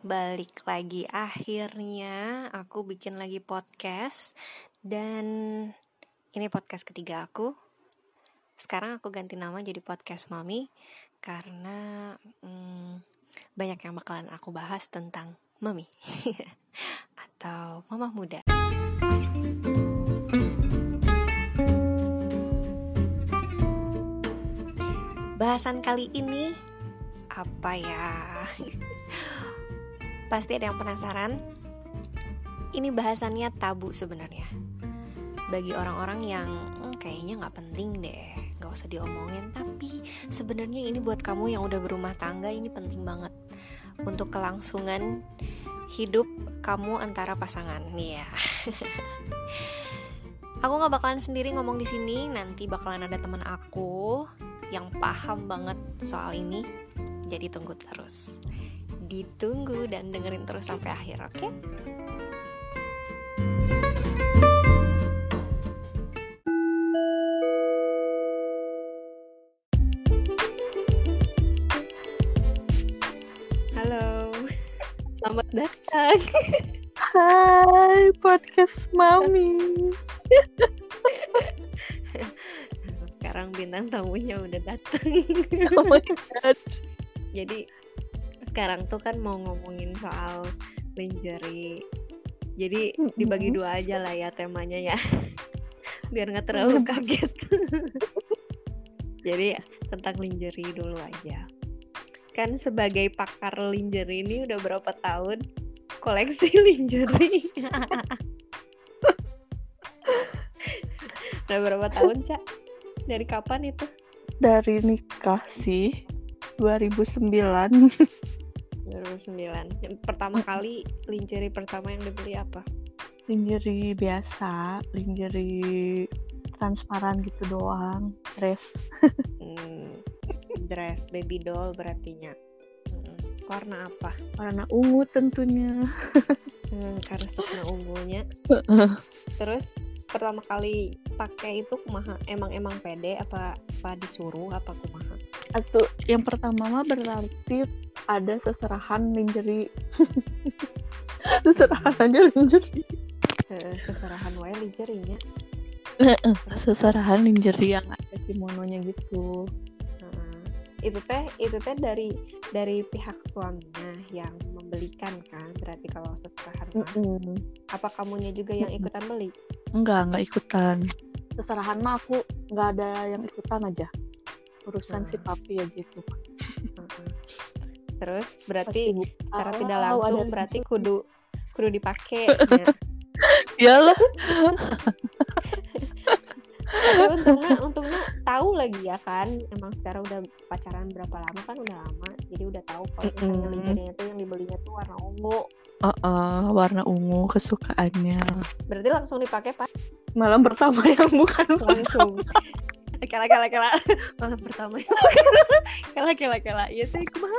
balik lagi. Akhirnya aku bikin lagi podcast. Dan ini podcast ketiga aku. Sekarang aku ganti nama jadi podcast Mami. Karena banyak yang bakalan aku bahas tentang Mami atau mama muda. Bahasan kali ini apa ya? Pasti ada yang penasaran. Ini bahasannya tabu sebenarnya. Bagi orang-orang yang kayaknya gak penting deh, gak usah diomongin. Tapi sebenarnya ini buat kamu yang udah berumah tangga, ini penting banget untuk kelangsungan hidup kamu antara pasangan. Iya. Aku gak bakalan sendiri ngomong di sini. Nanti bakalan ada teman aku yang paham banget soal ini. Jadi tunggu terus. Ditunggu dan dengerin terus sampai akhir, oke? Halo. Selamat datang. Hai, podcast Mami. Sekarang bintang tamunya udah datang. Oh my god. Jadi sekarang tuh kan mau ngomongin soal lingerie. Jadi dibagi dua aja lah ya temanya ya. Biar gak terlalu kaget. Jadi tentang lingerie dulu aja. Kan sebagai pakar lingerie ini udah berapa tahun koleksi lingerie? Udah berapa tahun, Cak? Dari kapan itu? Dari nikah sih 2009. 2009. Yang pertama kali lingerie pertama yang dibeli apa? Lingerie biasa, lingerie transparan gitu doang, dress. Dress, baby doll berartinya. Warna apa? Warna ungu tentunya. Karena warna ungunya. Terus pertama kali pakai itu kumaha? Emang pede apa disuruh apa kumaha? Atau yang pertama mah berarti ada seserahan lingerie. Seserahan aja lingerie. Seserahan wae lingerie-nya. Seserahan lingerie yang ada kimononya gitu. Itu teh dari pihak suaminya yang membelikan kan, berarti kalau seserahan mah. Apa kamunya juga yang ikutan beli? Enggak ikutan. Seserahan mah aku nggak ada yang ikutan aja. Urusan si papi aja itu. Terus berarti secara tidak langsung berarti kudu dipakai. Iyalah. Tapi untungnya tahu lagi ya kan, emang secara udah pacaran berapa lama kan, udah lama, jadi udah tahu kalau misalnya lingerie-nya tuh yang dibelinya tuh warna ungu. Warna ungu kesukaannya. Berarti langsung dipakai pas malam pertama yang bukan langsung. Kela malam pertama yang kela iya teh kumaha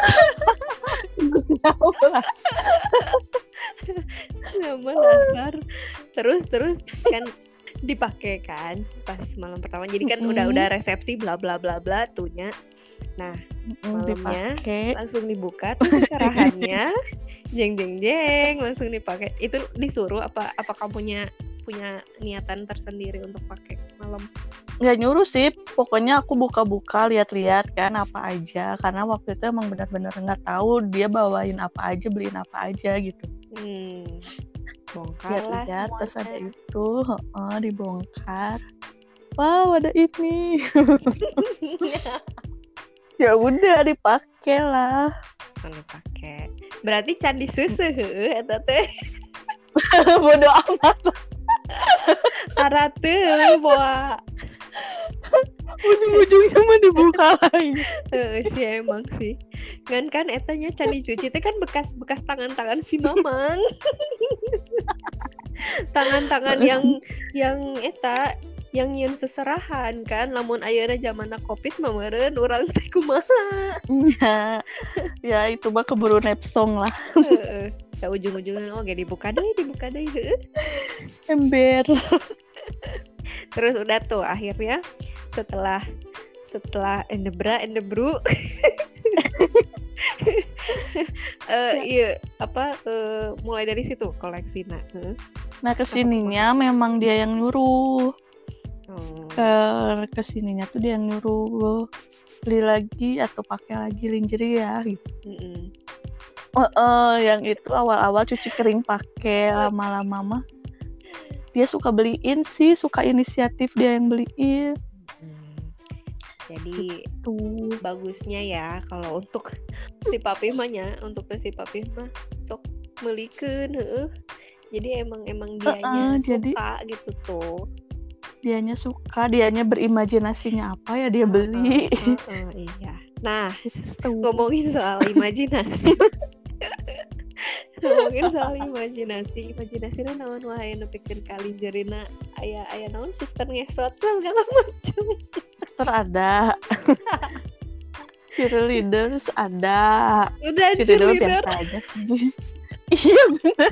nyaman asar. Terus kan dipakai kan pas malam pertama, jadi kan udah resepsi bla bla bla bla tuhnya. Nah malamnya langsung dibuka terus seserahannya jeng langsung dipakai. Itu disuruh apa kamu punya niatan tersendiri untuk pakai malam? Nggak nyuruh sih, pokoknya aku buka-buka lihat-lihat kan apa aja, karena waktu itu emang benar-benar nggak tahu dia bawain apa aja, beliin apa aja gitu. Bongkar lah lihat terus ada itu, dibongkar. Wow, ada ini. Ya udah dipakai lah. Dipakai. Berarti candi susu eta teh. Bodoh amat. Arate boa. Ujung-ujungnya mah dibuka lagi. Sih emang sih. Kan etanya candi cuci teh kan bekas tangan-tangan si Mamang. Tangan-tangan yang eta yang nyieun seserahan kan, lamun ayeuna zamanna Covid mah meureun urang teh kumaha. Ya itu mah keburu nepsong lah. Ka ujung-ujungnya oke dibuka deui ember. Terus udah tuh akhirnya setelah endebra endebru Iya apa mulai dari situ koleksi Nah kesininya memang dia yang nyuruh. Oh. Kesininya tuh dia yang nyuruh beli lagi atau pakai lagi lingerie ya gitu. Yang itu awal-awal cuci kering pakai, lama-lama mah dia suka beliin sih, suka inisiatif dia yang beliin. Jadi gitu. Bagusnya ya kalau untuk si papi mahnya, untuk si papi mah sok melikeun heuh. Jadi emang dianya suka gitu tuh. Dianya suka, dianya berimajinasinya apa ya dia beli. Iya. Nah, ngomongin soal imajinasi. Imajinasi naon wae nu pikeun kali jerina aya naon suster ngesot segala macam. Suster ada. Cheerleaders ada. Udah cheerleader biasa aja sih. Iya benar.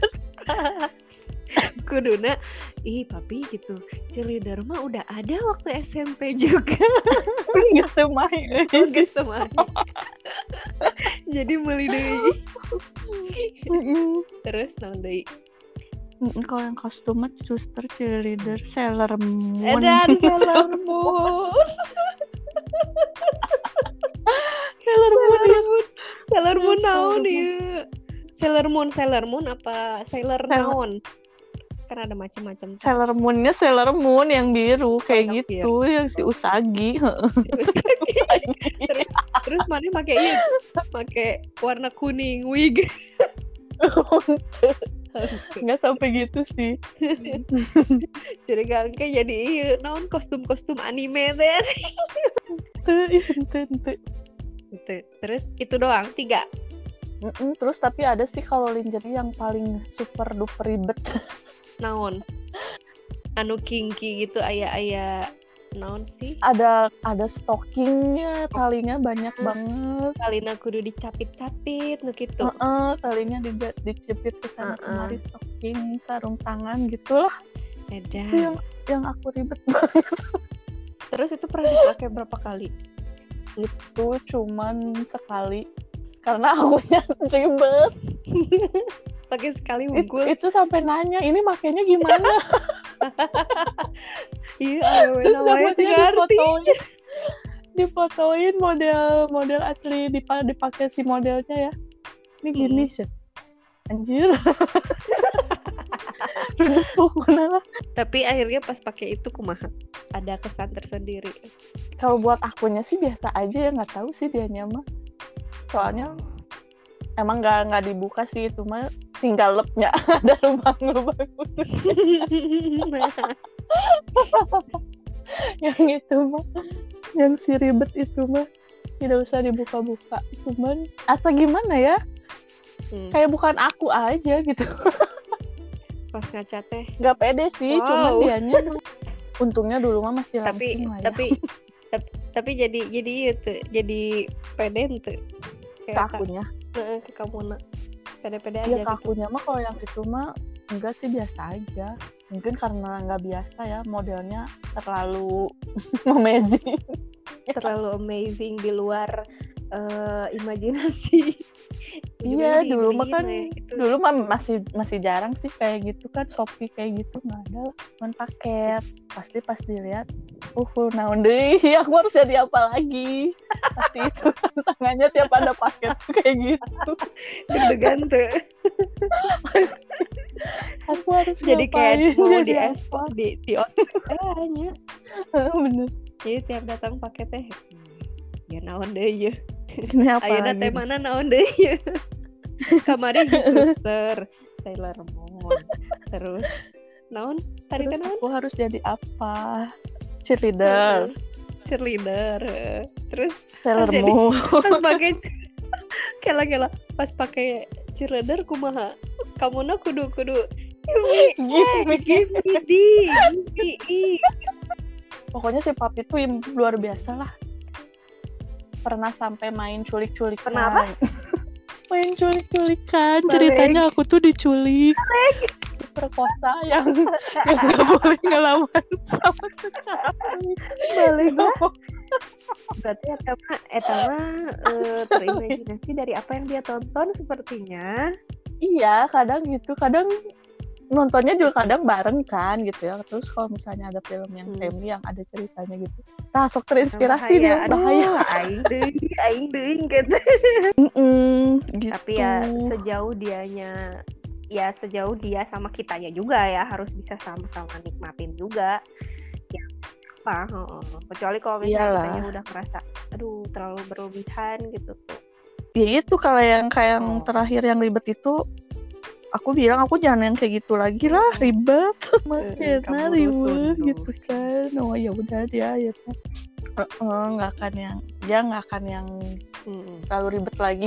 Kuduna papi gitu, cheerleader mah udah ada waktu SMP juga. Gitu mah. Jadi meuli deui. Terus naon deui? Kalau yang kostum mah suster, cheerleader, Sailor Moon. Edan Sailor Moon. Sailor Moon naon ieu? Sailor Moon apa Sailor naon? Kan ada macam-macam. Sailor Moon-nya Sailor Moon yang biru kayak gitu, yang si Usagi. Terus mana pakai warna kuning wig. Nggak sampai gitu sih. Curiga kayak jadi naon kostum anime teh. Terus itu doang 3. Terus tapi ada sih kalau lingerie yang paling super duper ribet. Naon? Anu kinky gitu aya naon sih? Ada stockingnya, talinya banyak banget. Talina kudu dicapit-capit nu kitu. Talinya dicepit ke sana kemari, stocking, sarung tangan gitulah. Edan. Itu yang aku ribet banget. Terus itu pernah dipakai berapa kali? Itu cuman sekali karena akunya ribet. Pakai sekali wungkul. Itu sampai nanya, ini makainya gimana? Iya, namanya difotoin model asli dipakai si modelnya ya. Ini gini sih. Anjir. Tapi akhirnya pas pakai itu kumaha? Ada kesan tersendiri. Kalau buat akunya sih biasa aja ya, nggak tahu sih dianya mah. Soalnya emang nggak dibuka sih, itu mah tinggal lepnya ada lubang-lubang khusus. Yang itu mah, yang si ribet itu mah tidak usah dibuka-buka. Cuman asa gimana ya? Kayak bukan aku aja gitu. Pas ngaca teh nggak pede sih. Wow. Cuman dianya untungnya dulu mah masih langsing lah ya. tapi jadi pede tuh ke akunya. Ke kamu pede-pede aja. Ya ke akunya mah kalau yang itu mah enggak sih, biasa aja. Mungkin karena nggak biasa ya, modelnya terlalu amazing. Terlalu amazing di luar imajinasi. Iya, dulu mah kan dulu mah masih jarang sih kayak gitu kan, Shopee kayak gitu nggak ada lah, cuman paket. Pasti pas dilihat, naon deui, aku harus jadi apa lagi? Pasti itu tantangannya tiap ada paket kayak gitu. Deg-degan tuh. Aku harus jadi kayak mau di hanya. Bener. Jadi tiap datang paket teh, ya naon deui ya. Ayeuna teh mana naon deui ya. Kamari suster, Sailor Moon. Terus naon? Tadi kan aku harus jadi apa? Cheerleader. Terus Sailor Moon. Pas pakai kela pas pakai cheerleader kumaha? Kamuna kudu give me. Pokoknya si papi tuh luar biasa lah. Pernah sampai main culik-culikan. Kenapa? Main culik-culikan. Ceritanya aku tuh diculik. Diperkosa yang gak boleh ngelawan sama sekali. Berarti eta mah terimajinasi dari apa yang dia tonton sepertinya. Iya, kadang gitu. Kadang nontonnya juga kadang bareng kan gitu ya. Terus kalau misalnya ada film yang family yang ada ceritanya gitu, sok terinspirasi dia. Bahaya. Aing deui gitu. Gitu. Tapi ya sejauh dia sama kitanya juga ya harus bisa sama-sama nikmatin juga. Ya apa? Kecuali kalau misalnya kitanya udah ngerasa aduh terlalu berlebihan gitu tuh. Ya itu kalau yang kayak yang terakhir yang ribet itu, aku bilang aku jangan yang kayak gitu lagi lah, ribet. Makanya ribet gitu kan. Oh ya udah dia ya. Nggak akan yang terlalu ribet lagi.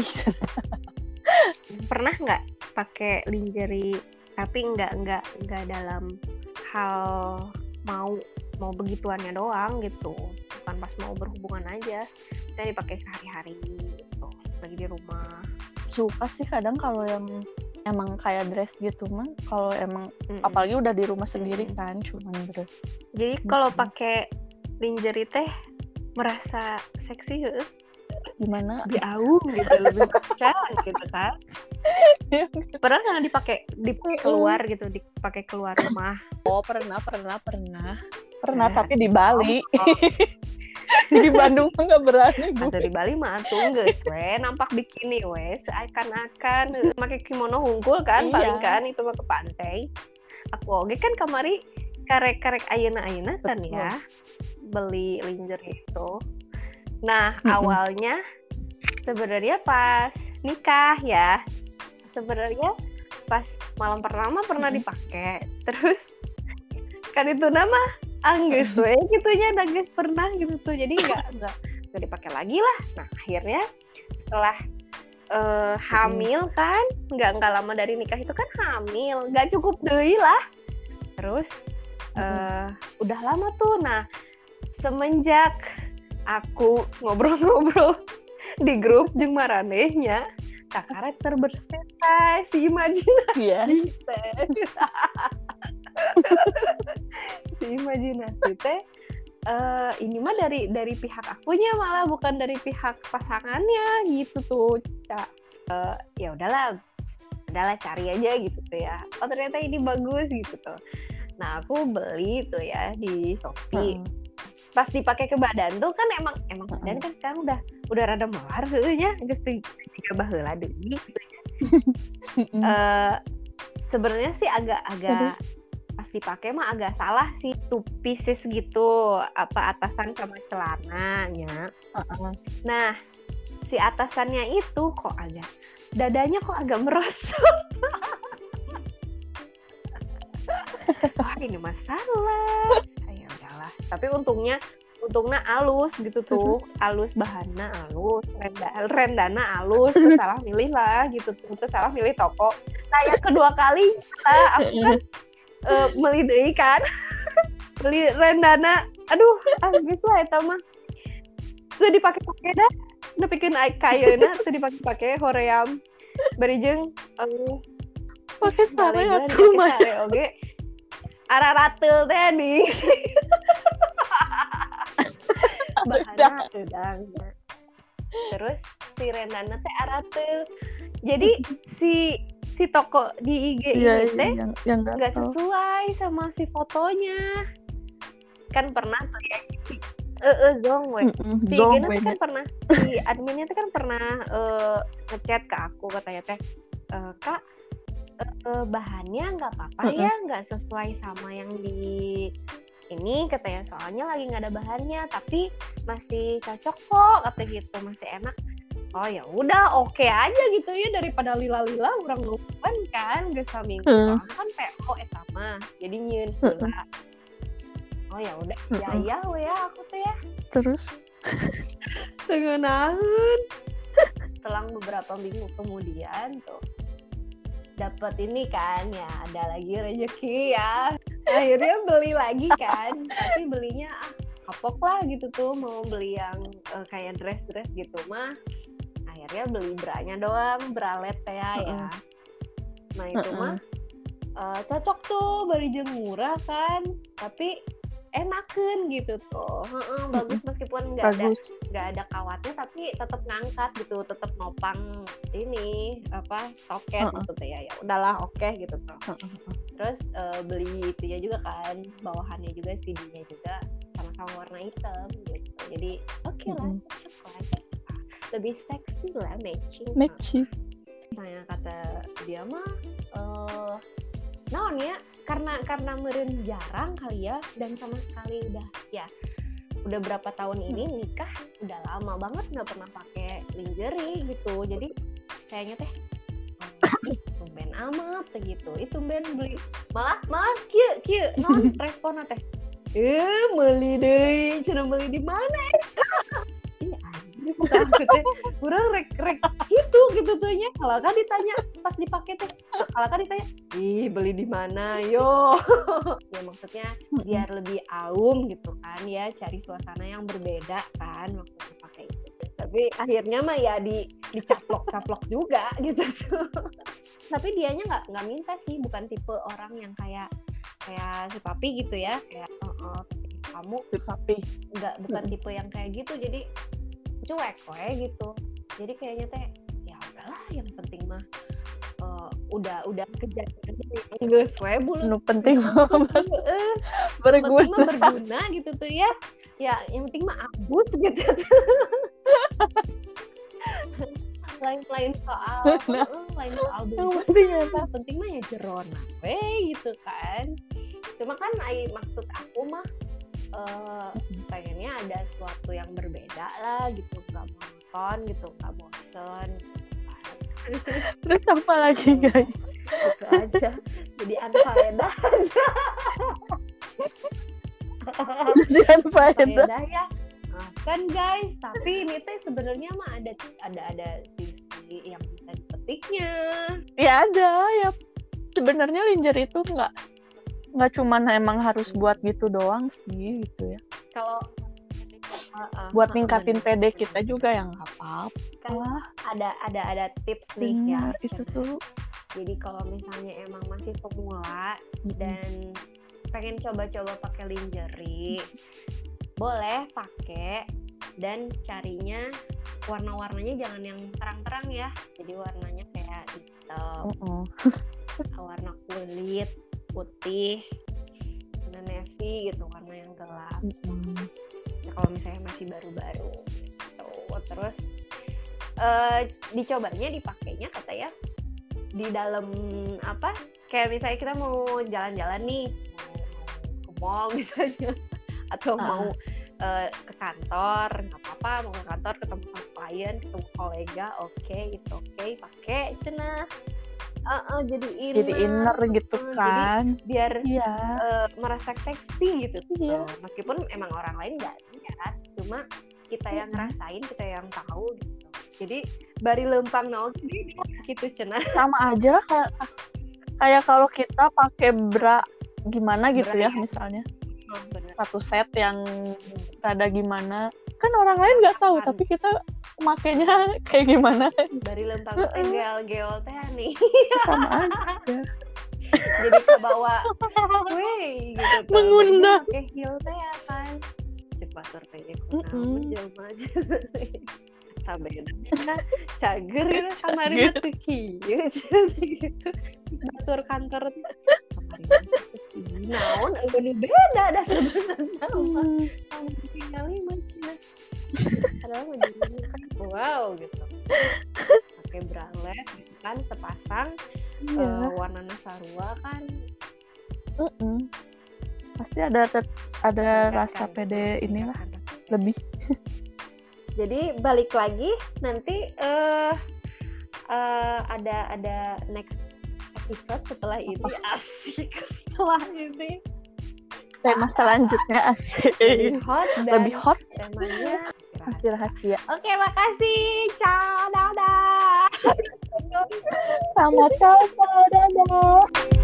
Pernah nggak pakai lingerie tapi nggak dalam hal mau begituannya doang gitu, bukan pas mau berhubungan aja, saya dipakai sehari-hari gitu lagi di rumah. Suka sih kadang kalau yang emang kayak dress gitu mah, kalau emang apalagi udah di rumah sendiri kan cuman dress. Jadi kalau pakai lingerie teh merasa seksi gimana biau gitu, lebih keren gitu kan. Pernah nggak dipakai keluar gitu, dipakai keluar rumah? Oh pernah tapi di Bali. Di Bandung mah nggak berani gue. Atau di Bali mah geus we nampak bikini we seakan-akan pakai kimono hungkul kan. Paling kan itu mah ke pantai. Aku oge kan kamari karek ayeuna kan ya beli lingerie itu. Nah awalnya sebenarnya pas nikah ya, sebenarnya pas malam pertama pernah dipakai, terus kan itu nama angges we gitunya nangis pernah gitu tuh, jadi nggak dipakai lagi lah. Nah akhirnya setelah hamil kan, nggak lama dari nikah itu kan hamil, nggak cukup deui lah. Terus udah lama tuh. Nah semenjak aku ngobrol-ngobrol di grup jeung maranehnya, kakaret terbersit si imajinasi teh. Si imajinasi teh ini mah dari pihak akunya malah bukan dari pihak pasangannya gitu tuh, Ca. Ya udahlah cari aja gitu tuh ya. Oh ternyata ini bagus gitu tuh. Nah aku beli tuh ya di Shopee. Pas dipakai ke badan tuh kan emang badan kan sekarang udah rada melar ya, geus teu baheula deui gitu ya. Sebenarnya sih agak pas dipakai mah agak salah sih, two pieces gitu, apa atasan sama celananya. Nah si atasannya itu kok dadanya kok agak merosot. Wah ini masalah. Ya udahlah. Tapi untungnya alus gitu tuh, alus bahannya alus, rendana alus, salah milih lah gitu tuh, salah milih toko. Nah yang kedua kali aku kan beli deui kan, beli rendana, aduh geus lah eta mah teu dipake-pake dah, nepikeun kayeuna teu dipake-pake hoream bari jeung pake sare atuh mah oge ararateul teh nih. Bahanna udang. Terus si rendana teh arateul. Jadi si toko di IG ini teh nggak sesuai sama si fotonya. Kan pernah tuh ya zong we. Si IG-nya tuh kan pernah, si adminnya tuh kan pernah ngechat ke aku, katanya teh Kak bahannya nggak apa-apa ya, nggak sesuai sama yang di ini katanya, soalnya lagi nggak ada bahannya tapi masih cocok kok kata gitu, masih enak. Oh ya udah oke aja gitu ya, daripada lila-lila orang lupakan kan geus saminggu soalnya kan PO eta mah jadi nyieun heula. Oh ya udah jaya we ya aku teh ya. Terus tengenaheun. Selang beberapa minggu kemudian tuh dapat ini kan ya, ada lagi rezeki ya. Akhirnya beli lagi kan, tapi belinya kapok lah gitu tuh, mau beli yang kayak dress gitu mah. Akhirnya beli branya doang, bralet ya. Nah itu mah cocok tuh, bari jeung murah kan, tapi enakeun gitu tuh. Bagus meskipun nggak nggak ada kawatnya tapi tetap ngangkat gitu, tetap nopang ini apa soket maksudnya ya udahlah oke gitu tuh. Terus beli itunya juga kan, bawahannya juga CD-nya juga sama-sama warna hitam gitu, jadi oke lah, cocok lah, lebih seksi lah, matching. Saya kata dia mah naon ya, karena meureun jarang kali ya, dan sama sekali udah berapa tahun ini nikah, udah lama banget nggak pernah pakai lingerie gitu, jadi kayaknya teh tumben amat gitu, itu tumben beli malah kieu non responnya teh meuli deui, cenah meuli di mana iya kurang rek gitu tuh nya. Kalau kan ditanya pas dipakai teh, kalau kan ditanya ih beli di mana yo ya maksudnya biar lebih aum gitu kan ya, cari suasana yang berbeda kan maksudnya pakai itu. Tapi akhirnya mah ya dicaplok juga gitu tuh. Tapi dianya nggak minta sih, bukan tipe orang yang kayak si papi gitu ya, kayak kamu si papi bukan tipe yang kayak gitu, jadi cuek gitu. Jadi kayaknya teh ya udahlah, yang penting mah udah kejadian geus we bulu nu penting banget berguna gitu tuh ya yang penting mah abut gitu lain soal penting mah ya jerona we gitu kan. Cuma kan maksud aku mah pengennya ada sesuatu yang berbeda lah gitu, nggak monoton gitu, nggak bosen. Terus apa lagi guys? Itu aja, jadi unfaedah aja. Jadi unfaedah ya kan guys. Tapi ini teh sebenarnya mah ada sisi yang bisa dipetiknya. Ya ada ya, sebenarnya lingerie itu nggak cuma emang harus buat gitu doang sih gitu ya. Kalau buat ningkatin PD kita juga yang nggak apa-apa. Kan ada tips nih ya. Itu tuh. Jadi kalau misalnya emang masih pemula dan pengen coba-coba pakai lingerie, boleh pakai, dan carinya warna-warnanya jangan yang terang-terang ya. Jadi warnanya kayak hitam, warna kulit putih, warna navy gitu, warna yang gelap. Nah, kalau misalnya masih baru-baru gitu. Terus dicobanya, dipakainya kata ya di dalam apa, kayak misalnya kita mau jalan-jalan nih, mau ke mall misalnya, atau mau ke kantor, nggak apa-apa, mau ke kantor ketemu sama klien, ketemu kolega, oke, pakai cenah. Jadi inner gitu kan, jadi biar merasa seksi gitu. Meskipun emang orang lain nggak lihat, cuma kita yang ngerasain, kita yang tahu gitu. Jadi bari lempang naon gitu cenah. Sama aja kayak kalau kita pakai bra gimana gitu ya misalnya. Satu set yang rada gimana, kan orang lain nggak tahu, tapi kita makainya kayak gimana. Bari lempang geol teh nih. Sama aja. Jadi ke bawah, wey gitu. Mengundang. Pakai heel teh kan. Cek batur teh kunaon jelema aja. Sabeda. Cager ya kamari teh kieu gitu. Batur kantor naon anu beda dah sebenarnya sama tinggal macam padahal kan wow gitu pakai bralette gitu kan, sepasang warnanya sarua kan pasti ada rasa pede inilah lebih. Jadi balik lagi nanti ada next episode setelah ini. Asik. Setelah ini tema selanjutnya asik, lebih hot temanya rahasia. Oke, makasih, ciao, dadah. Sama-sama, dadah.